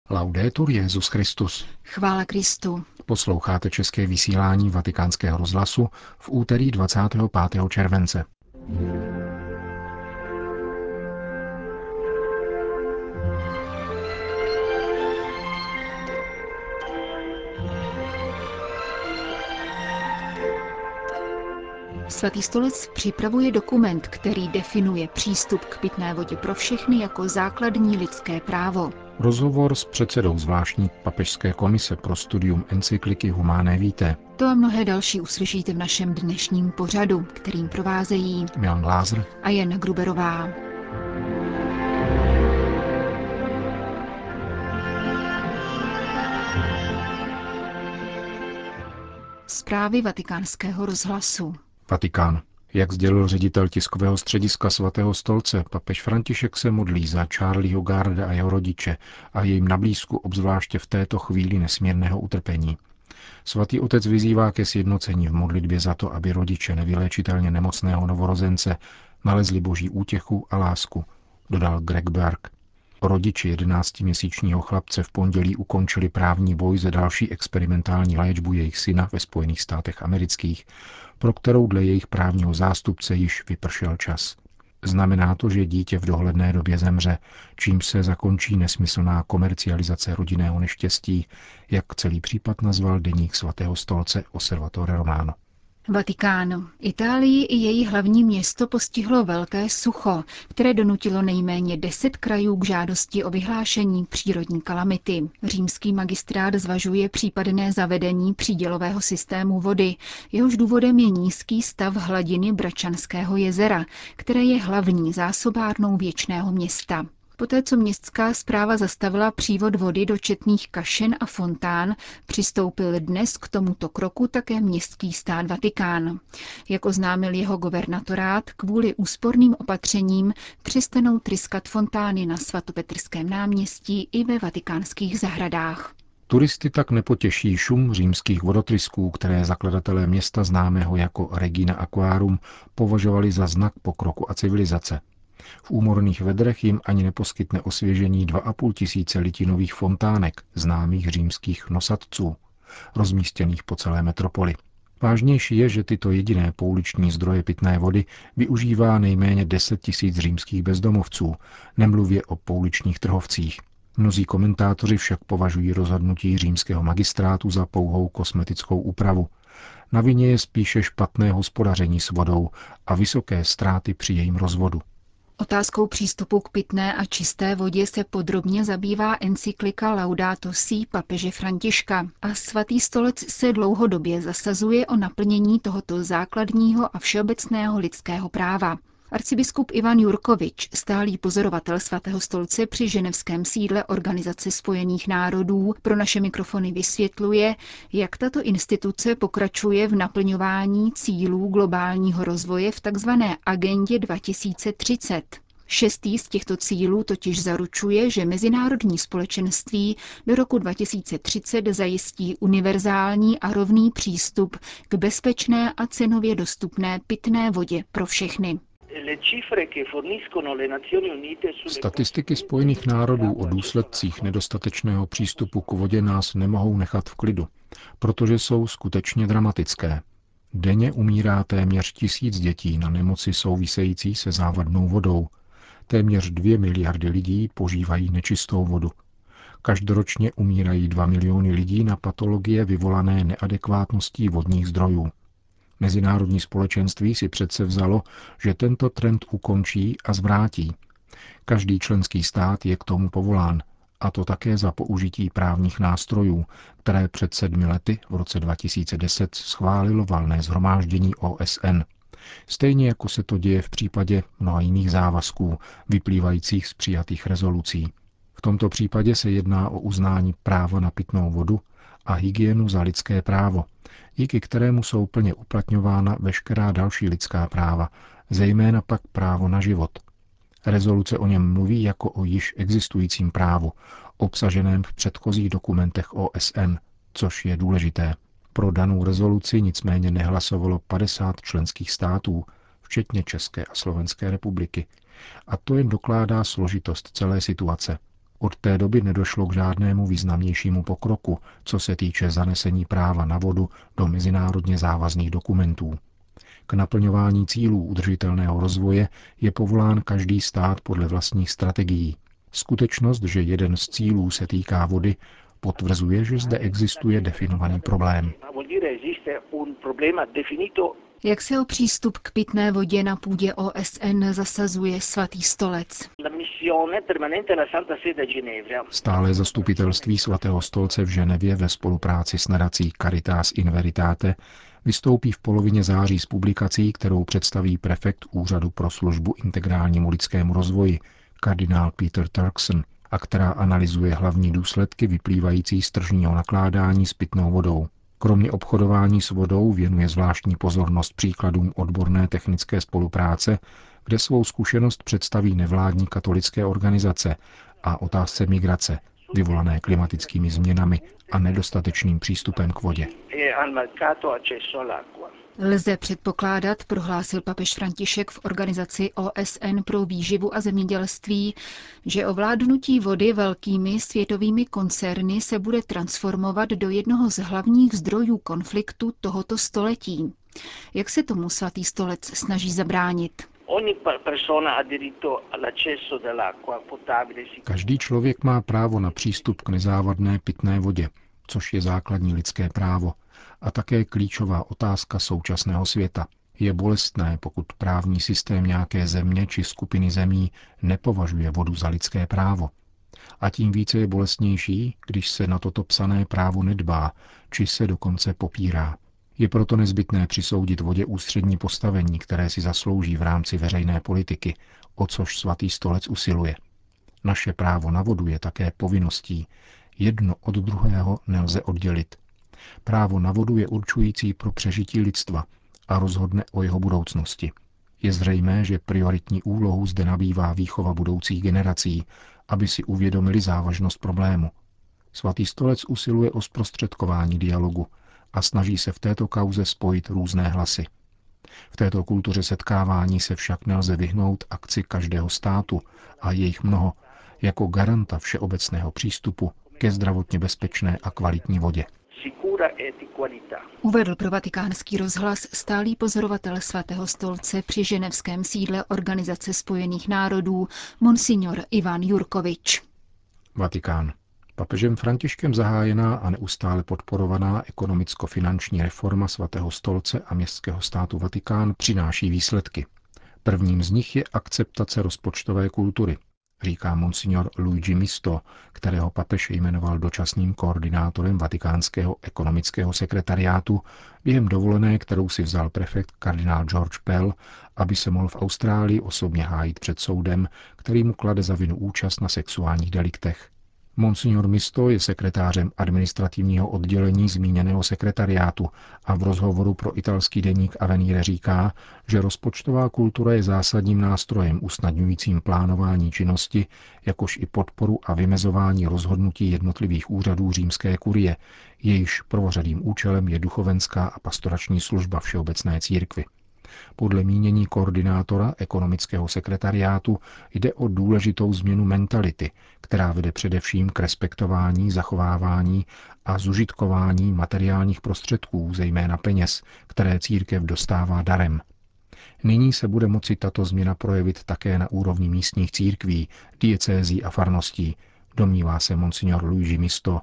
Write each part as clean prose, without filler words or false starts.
Laudetur Jesus Christus. Chvála Kristu. Posloucháte české vysílání Vatikánského rozhlasu v úterý 25. července. Svatý stolec připravuje dokument, který definuje přístup k pitné vodě pro všechny jako základní lidské právo. Rozhovor s předsedou zvláštní papežské komise pro studium encykliky Humanae Vitae. To a mnohé další uslyšíte v našem dnešním pořadu, kterým provázejí Milan Glázer a Jana Gruberová. Zprávy Vatikánského rozhlasu. Vatikán. Jak sdělil ředitel tiskového střediska Svatého stolce, papež František se modlí za Charlieho Garda a jeho rodiče a jejím nablízku obzvláště v této chvíli nesmírného utrpení. Svatý otec vyzývá ke sjednocení v modlitbě za to, aby rodiče nevyléčitelně nemocného novorozence nalezli boží útěchu a lásku, dodal Greg Burke. Rodiči 11měsíčního chlapce v pondělí ukončili právní boj za další experimentální léčbu jejich syna ve Spojených státech amerických, pro kterou dle jejich právního zástupce již vypršel čas. Znamená to, že dítě v dohledné době zemře, čímž se zakončí nesmyslná komercializace rodinného neštěstí, jak celý případ nazval deník Svatého stolce Osservatore Romano. Vatikán. Itálii i její hlavní město postihlo velké sucho, které donutilo nejméně 10 krajů k žádosti o vyhlášení přírodní kalamity. Římský magistrát zvažuje případné zavedení přídělového systému vody. Jehož důvodem je nízký stav hladiny Bračanského jezera, které je hlavní zásobárnou věčného města. Poté, co městská správa zastavila přívod vody do četných kašen a fontán, přistoupil dnes k tomuto kroku také městský stát Vatikán. Jak oznámil jeho guvernatorát, kvůli úsporným opatřením přestanou tryskat fontány na svatopetrském náměstí i ve vatikánských zahradách. Turisty tak nepotěší šum římských vodotrysků, které zakladatelé města známého jako Regina Aquarum považovali za znak pokroku a civilizace. V úmorných vedrech jim ani neposkytne osvěžení 2,5 tisíce litinových fontánek, známých římských nosatců, rozmístěných po celé metropoli. Vážnější je, že tyto jediné pouliční zdroje pitné vody využívá nejméně 10 tisíc římských bezdomovců, nemluvě o pouličních trhovcích. Mnozí komentátoři však považují rozhodnutí římského magistrátu za pouhou kosmetickou úpravu. Na vině je spíše špatné hospodaření s vodou a vysoké ztráty při jejím rozvodu. Otázkou přístupu k pitné a čisté vodě se podrobně zabývá encyklika Laudato Si papeže Františka a Svatý stolec se dlouhodobě zasazuje o naplnění tohoto základního a všeobecného lidského práva. Arcibiskup Ivan Jurkovič, stálý pozorovatel Svatého stolce při ženevském sídle Organizace spojených národů, pro naše mikrofony vysvětluje, jak tato instituce pokračuje v naplňování cílů globálního rozvoje v tzv. Agendě 2030. 6. z těchto cílů totiž zaručuje, že mezinárodní společenství do roku 2030 zajistí univerzální a rovný přístup k bezpečné a cenově dostupné pitné vodě pro všechny. Statistiky Spojených národů o důsledcích nedostatečného přístupu k vodě nás nemohou nechat v klidu, protože jsou skutečně dramatické. Denně umírá téměř 1000 dětí na nemoci související se závadnou vodou. Téměř 2 miliardy lidí požívají nečistou vodu. Každoročně umírají 2 miliony lidí na patologie vyvolané neadekvátností vodních zdrojů. Mezinárodní společenství si přece vzalo, že tento trend ukončí a zvrátí. Každý členský stát je k tomu povolán, a to také za použití právních nástrojů, které před 7 lety, v roce 2010, schválilo valné shromáždění OSN. Stejně jako se to děje v případě mnoha jiných závazků, vyplývajících z přijatých rezolucí. V tomto případě se jedná o uznání práva na pitnou vodu a hygienu za lidské právo, díky kterému jsou plně uplatňována veškerá další lidská práva, zejména pak právo na život. Rezoluce o něm mluví jako o již existujícím právu, obsaženém v předchozích dokumentech OSN, což je důležité. Pro danou rezoluci nicméně nehlasovalo 50 členských států, včetně České a Slovenské republiky. A to jen dokládá složitost celé situace. Od té doby nedošlo k žádnému významnějšímu pokroku, co se týče zanesení práva na vodu do mezinárodně závazných dokumentů. K naplňování cílů udržitelného rozvoje je povolán každý stát podle vlastních strategií. Skutečnost, že jeden z cílů se týká vody, potvrzuje, že zde existuje definovaný problém. Jak se o přístup k pitné vodě na půdě OSN zasazuje Svatý stolec? Stále zastupitelství Svatého stolce v Ženevě ve spolupráci s nadací Caritas in Veritate vystoupí v polovině září s publikací, kterou představí prefekt Úřadu pro službu integrálnímu lidskému rozvoji, kardinál Peter Turkson, a která analyzuje hlavní důsledky vyplývající z tržního nakládání s pitnou vodou. Kromě obchodování s vodou věnuje zvláštní pozornost příkladům odborné technické spolupráce, kde svou zkušenost představí nevládní katolické organizace, a otázce migrace, vyvolané klimatickými změnami a nedostatečným přístupem k vodě. Lze předpokládat, prohlásil papež František v organizaci OSN pro výživu a zemědělství, že ovládnutí vody velkými světovými koncerny se bude transformovat do jednoho z hlavních zdrojů konfliktu tohoto století. Jak se tomu Svatý stolec snaží zabránit? Každý člověk má právo na přístup k nezávadné pitné vodě, což je základní lidské právo a také klíčová otázka současného světa. Je bolestné, pokud právní systém nějaké země či skupiny zemí nepovažuje vodu za lidské právo. A tím více je bolestnější, když se na toto psané právo nedbá, či se dokonce popírá. Je proto nezbytné přisoudit vodě ústřední postavení, které si zaslouží v rámci veřejné politiky, o což Svatý stolec usiluje. Naše právo na vodu je také povinností. Jedno od druhého nelze oddělit. Právo na vodu je určující pro přežití lidstva a rozhodne o jeho budoucnosti. Je zřejmé, že prioritní úlohu zde nabývá výchova budoucích generací, aby si uvědomili závažnost problému. Svatý stolec usiluje o zprostředkování dialogu a snaží se v této kauze spojit různé hlasy. V této kultuře setkávání se však nelze vyhnout akci každého státu, a jejich mnoho, jako garanta všeobecného přístupu ke zdravotně bezpečné a kvalitní vodě. Uvedl pro Vatikánský rozhlas stálý pozorovatel Svatého stolce při ženevském sídle Organizace spojených národů monsignor Ivan Jurkovič. Vatikán. Papežem Františkem zahájená a neustále podporovaná ekonomicko-finanční reforma Svatého stolce a městského státu Vatikán přináší výsledky. Prvním z nich je akceptace rozpočtové kultury, říká monsignor Luigi Misto, kterého papež jmenoval dočasným koordinátorem vatikánského ekonomického sekretariátu během dovolené, kterou si vzal prefekt kardinál George Pell, aby se mohl v Austrálii osobně hájit před soudem, který mu klade za vinu účast na sexuálních deliktech. Monsignor Misto je sekretářem administrativního oddělení zmíněného sekretariátu a v rozhovoru pro italský deník Avvenire říká, že rozpočtová kultura je zásadním nástrojem usnadňujícím plánování činnosti, jakož i podporu a vymezování rozhodnutí jednotlivých úřadů římské kurie, jejichž prvořadým účelem je duchovenská a pastorační služba všeobecné církvi. Podle mínění koordinátora ekonomického sekretariátu jde o důležitou změnu mentality, která vede především k respektování, zachovávání a zužitkování materiálních prostředků, zejména peněz, které církev dostává darem. Nyní se bude moci tato změna projevit také na úrovni místních církví, diecézí a farností, domnívá se monsignor Luigi Misto.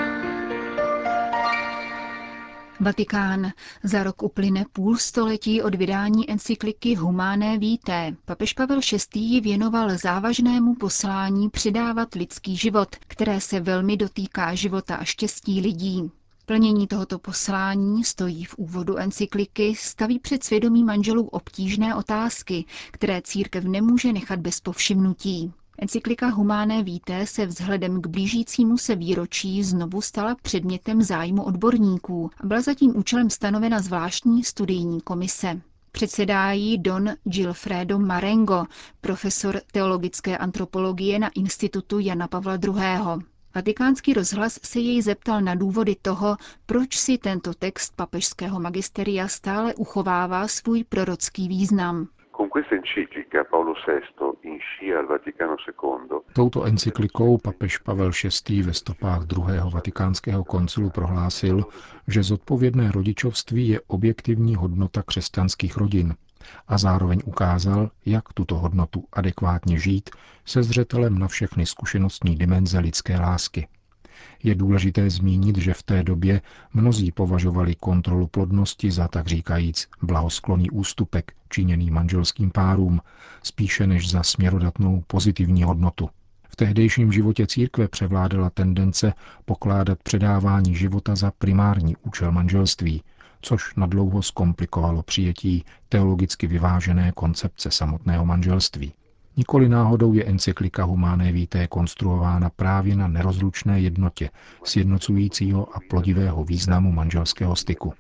Vatikán. Za rok uplyne půl století od vydání encykliky Humanae Vitae. Papež Pavel VI. Ji věnoval závažnému poslání přidávat lidský život, které se velmi dotýká života a štěstí lidí. Plnění tohoto poslání, stojí v úvodu encykliky, staví před svědomí manželů obtížné otázky, které církev nemůže nechat bez povšimnutí. Encyklika Humanae Vitae se vzhledem k blížícímu se výročí znovu stala předmětem zájmu odborníků a byla za tím účelem stanovena zvláštní studijní komise. Předsedá jí don Gilfredo Marengo, profesor teologické antropologie na Institutu Jana Pavla II. Vatikánský rozhlas se jej zeptal na důvody toho, proč si tento text papežského magisteria stále uchovává svůj prorocký význam. Touto encyklikou papež Pavel VI. Ve stopách druhého vatikánského koncilu prohlásil, že zodpovědné rodičovství je objektivní hodnota křesťanských rodin a zároveň ukázal, jak tuto hodnotu adekvátně žít se zřetelem na všechny zkušenostní dimenze lidské lásky. Je důležité zmínit, že v té době mnozí považovali kontrolu plodnosti za tak říkajíc blahosklonný ústupek činěný manželským párům, spíše než za směrodatnou pozitivní hodnotu. V tehdejším životě církve převládala tendence pokládat předávání života za primární účel manželství, což nadlouho zkomplikovalo přijetí teologicky vyvážené koncepce samotného manželství. Nikoli náhodou je encyklika Humanae Vitae konstruována právě na nerozlučné jednotě sjednocujícího a plodivého významu manželského styku.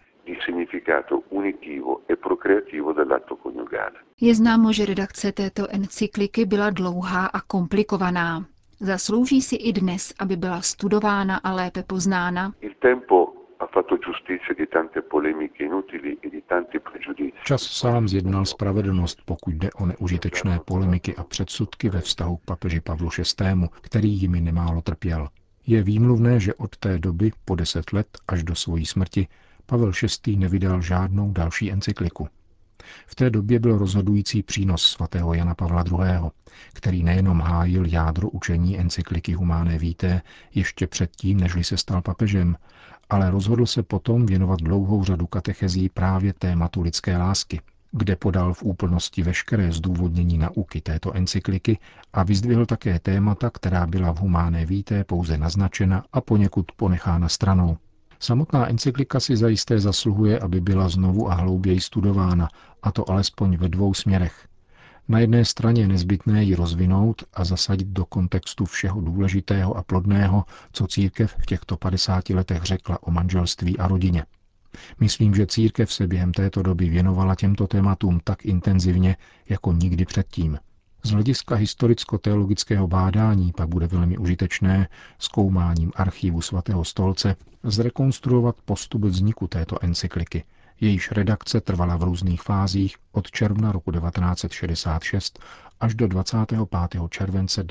Je známo, že redakce této encykliky byla dlouhá a komplikovaná. Zaslouží si i dnes, aby byla studována a lépe poznána? Čas sám zjednal spravedlnost, pokud jde o neužitečné polemiky a předsudky ve vztahu k papeži Pavlu VI., který jimi nemálo trpěl. Je výmluvné, že od té doby po 10 let až do svojí smrti Pavel VI. Nevydal žádnou další encykliku. V té době byl rozhodující přínos svatého Jana Pavla II., který nejenom hájil jádro učení encykliky Humanae Vitae ještě předtím, nežli se stal papežem, ale rozhodl se potom věnovat dlouhou řadu katechezí právě tématu lidské lásky, kde podal v úplnosti veškeré zdůvodnění nauky této encykliky a vyzdvihl také témata, která byla v Humanae Vitae pouze naznačena a poněkud ponechána stranou. Samotná encyklika si zajisté zasluhuje, aby byla znovu a hlouběji studována, a to alespoň ve 2 směrech. Na jedné straně je nezbytné ji rozvinout a zasadit do kontextu všeho důležitého a plodného, co církev v těchto 50 letech řekla o manželství a rodině. Myslím, že církev se během této doby věnovala těmto tématům tak intenzivně, jako nikdy předtím. Z hlediska historicko-teologického bádání pak bude velmi užitečné zkoumáním archivu svatého stolce zrekonstruovat postup vzniku této encykliky. Jejíž redakce trvala v různých fázích od června roku 1966 až do 25. července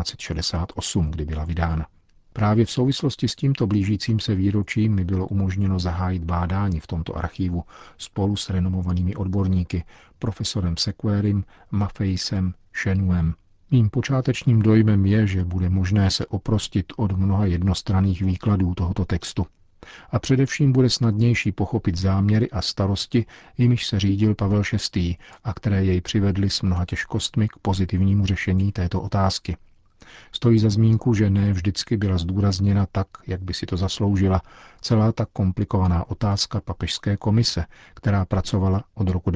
1968, kdy byla vydána. Právě v souvislosti s tímto blížícím se výročím mi bylo umožněno zahájit bádání v tomto archivu spolu s renomovanými odborníky, profesorem Sequerim, Maffeisem, Chenuem. Mým počátečním dojmem je, že bude možné se oprostit od mnoha jednostranných výkladů tohoto textu. A především bude snadnější pochopit záměry a starosti, jimiž se řídil Pavel VI. A které jej přivedly s mnoha těžkostmi k pozitivnímu řešení této otázky. Stojí za zmínku, že ne vždycky byla zdůrazněna tak, jak by si to zasloužila, celá ta komplikovaná otázka papežské komise, která pracovala od roku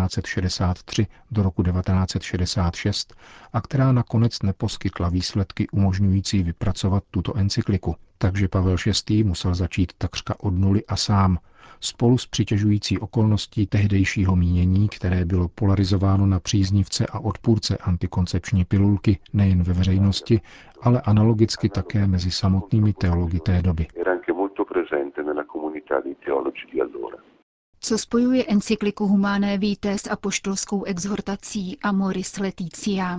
1963 do roku 1966 a která nakonec neposkytla výsledky umožňující vypracovat tuto encykliku. Takže Pavel VI. Musel začít takřka od nuly a sám, spolu s přitěžující okolností tehdejšího mínění, které bylo polarizováno na příznivce a odpůrce antikoncepční pilulky nejen ve veřejnosti, ale analogicky také mezi samotnými teology té doby. Co spojuje encykliku Humanae Vitae s apoštolskou exhortací Amoris Laetitia?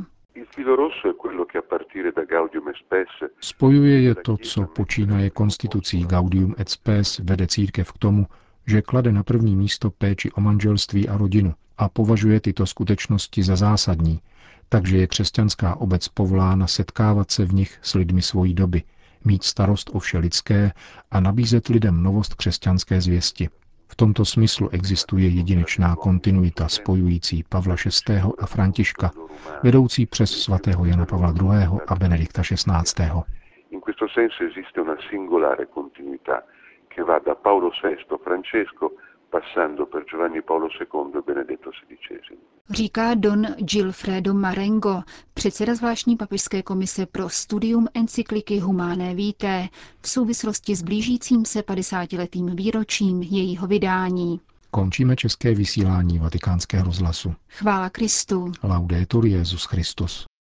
Spojuje je to, co počínaje konstitucí Gaudium et Spes vede církev k tomu, že klade na první místo péči o manželství a rodinu a považuje tyto skutečnosti za zásadní, takže je křesťanská obec povolána setkávat se v nich s lidmi svojí doby, mít starost o vše lidské a nabízet lidem novost křesťanské zvěsti. V tomto smyslu existuje jedinečná kontinuita spojující Pavla VI. A Františka, vedoucí přes svatého Jana Pavla II. A Benedikta XVI. In questo senso esiste una singolare continuità che va da Paolo VI, Francesco, passando per Giovanni Paolo II e Benedetto XVI. Říká don Gilfredo Marengo, předseda zvláštní papežské komise pro studium encykliky Humanae Vitae v souvislosti s blížícím se 50letým výročím jejího vydání. Končíme české vysílání Vatikánského rozhlasu. Chvála Kristu. Laudetur Jesus Christus.